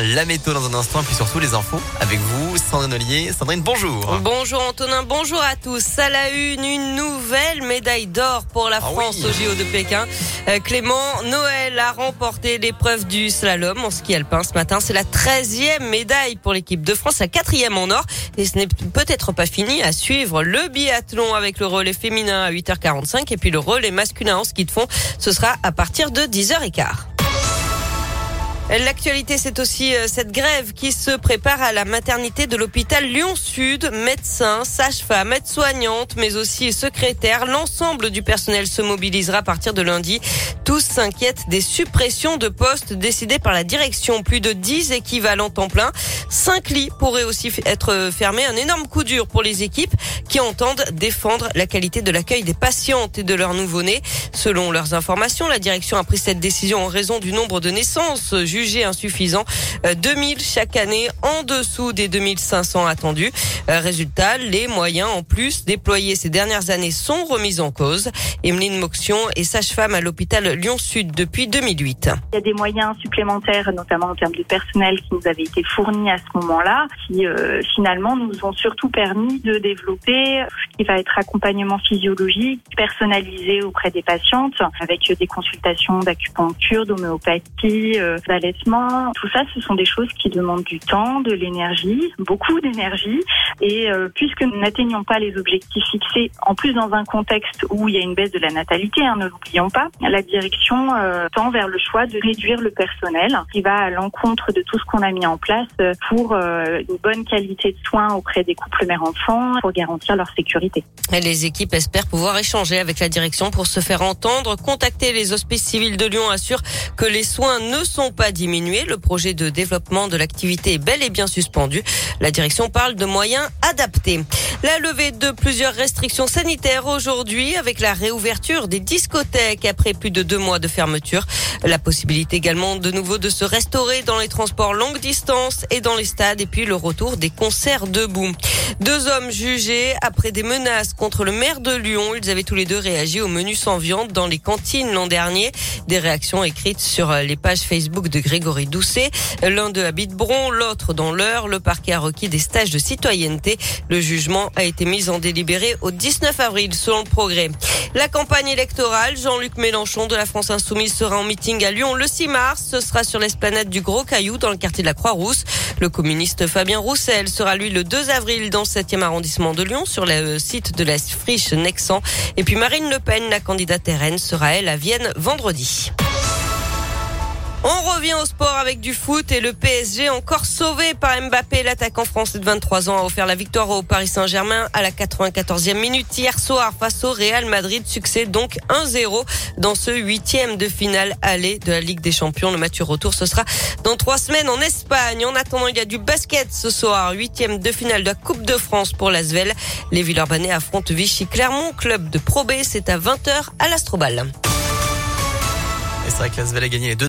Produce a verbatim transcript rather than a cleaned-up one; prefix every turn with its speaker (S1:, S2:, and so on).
S1: La météo dans un instant, puis surtout les infos avec vous, Sandrine Ollier. Sandrine, bonjour.
S2: Bonjour Antonin, bonjour à tous. À la une, une nouvelle médaille d'or pour la France ah oui. au J O de Pékin. Euh, Clément Noël a remporté l'épreuve du slalom en ski alpin ce matin. C'est la treizième médaille pour l'équipe de France, la quatrième en or. Et ce n'est peut-être pas fini à suivre. Le biathlon avec le relais féminin à huit heures quarante-cinq et puis le relais masculin en ski de fond, ce sera à partir de dix heures quinze. L'actualité, c'est aussi cette grève qui se prépare à la maternité de l'hôpital Lyon-Sud. Médecins, sages-femmes, aides-soignantes, mais aussi secrétaires. L'ensemble du personnel se mobilisera à partir de lundi. Tous s'inquiètent des suppressions de postes décidées par la direction. Plus de dix équivalents temps plein. Cinq lits pourraient aussi être fermés. Un énorme coup dur pour les équipes qui entendent défendre la qualité de l'accueil des patientes et de leurs nouveau-nés. Selon leurs informations, la direction a pris cette décision en raison du nombre de naissances jugé insuffisant, deux mille chaque année en dessous des deux mille cinq cents attendus. Résultat, les moyens en plus déployés ces dernières années sont remis en cause. Emeline Moxion est sage-femme à l'hôpital Lyon-Sud depuis deux mille huit.
S3: Il y a des moyens supplémentaires, notamment en termes de personnel qui nous avaient été fournis à ce moment-là, qui euh, finalement nous ont surtout permis de développer ce qui va être accompagnement physiologique, personnalisé auprès des patientes, avec des consultations d'acupuncture, d'homéopathie, euh, d'allaitement. Tout ça, ce sont des choses qui demandent du temps, de l'énergie, beaucoup d'énergie. Et euh, puisque nous n'atteignons pas les objectifs fixés, en plus dans un contexte où il y a une baisse de la natalité, hein, ne l'oublions pas, la direction euh, tend vers le choix de réduire le personnel, qui va à l'encontre de tout ce qu'on a mis en place pour euh, une bonne qualité de soins auprès des couples mère-enfant, pour garantir leur sécurité.
S2: Et les équipes espèrent pouvoir échanger avec la direction pour se faire entendre. Contacter les hospices civils de Lyon assure que les soins ne sont pas diminués. Le projet de développement de l'activité est bel et bien suspendu. La direction parle de moyens adaptés. La levée de plusieurs restrictions sanitaires aujourd'hui avec la réouverture des discothèques après plus de deux mois de fermeture. La possibilité également de nouveau de se restaurer dans les transports longue distance et dans les stades et puis le retour des concerts debout. Deux hommes jugés après des menaces contre le maire de Lyon. Ils avaient tous les deux réagi au menu sans viande dans les cantines l'an dernier. Des réactions écrites sur les pages Facebook de Grégory Doucet. L'un d'eux habite Bron, l'autre dans l'Eure. Le parquet a requis des stages de citoyenneté. Le jugement a été mis en délibéré au dix-neuf avril selon le Progrès. La campagne électorale, Jean-Luc Mélenchon de la France Insoumise sera en meeting à Lyon le six mars. Ce sera sur l'esplanade du Gros Caillou dans le quartier de la Croix-Rousse. Le communiste Fabien Roussel sera lui le deux avril dans le septième arrondissement de Lyon sur le site de la friche Nexan. Et puis Marine Le Pen, la candidate R N, sera elle à Vienne vendredi. On revient au sport avec du foot et le P S G encore sauvé par Mbappé. L'attaquant français de vingt-trois ans a offert la victoire au Paris Saint-Germain à la quatre-vingt-quatorzième minute hier soir face au Real Madrid. Succès donc un zéro dans ce huitième de finale aller de la Ligue des Champions. Le match retour, ce sera dans trois semaines en Espagne. En attendant, il y a du basket ce soir. Huitième de finale de la Coupe de France pour l'Asvel. Les Villeurbanais affrontent Vichy Clermont, club de Pro B. C'est à vingt heures à l'Astrobal.
S1: Et c'est vrai que l'Asvel a gagné les deux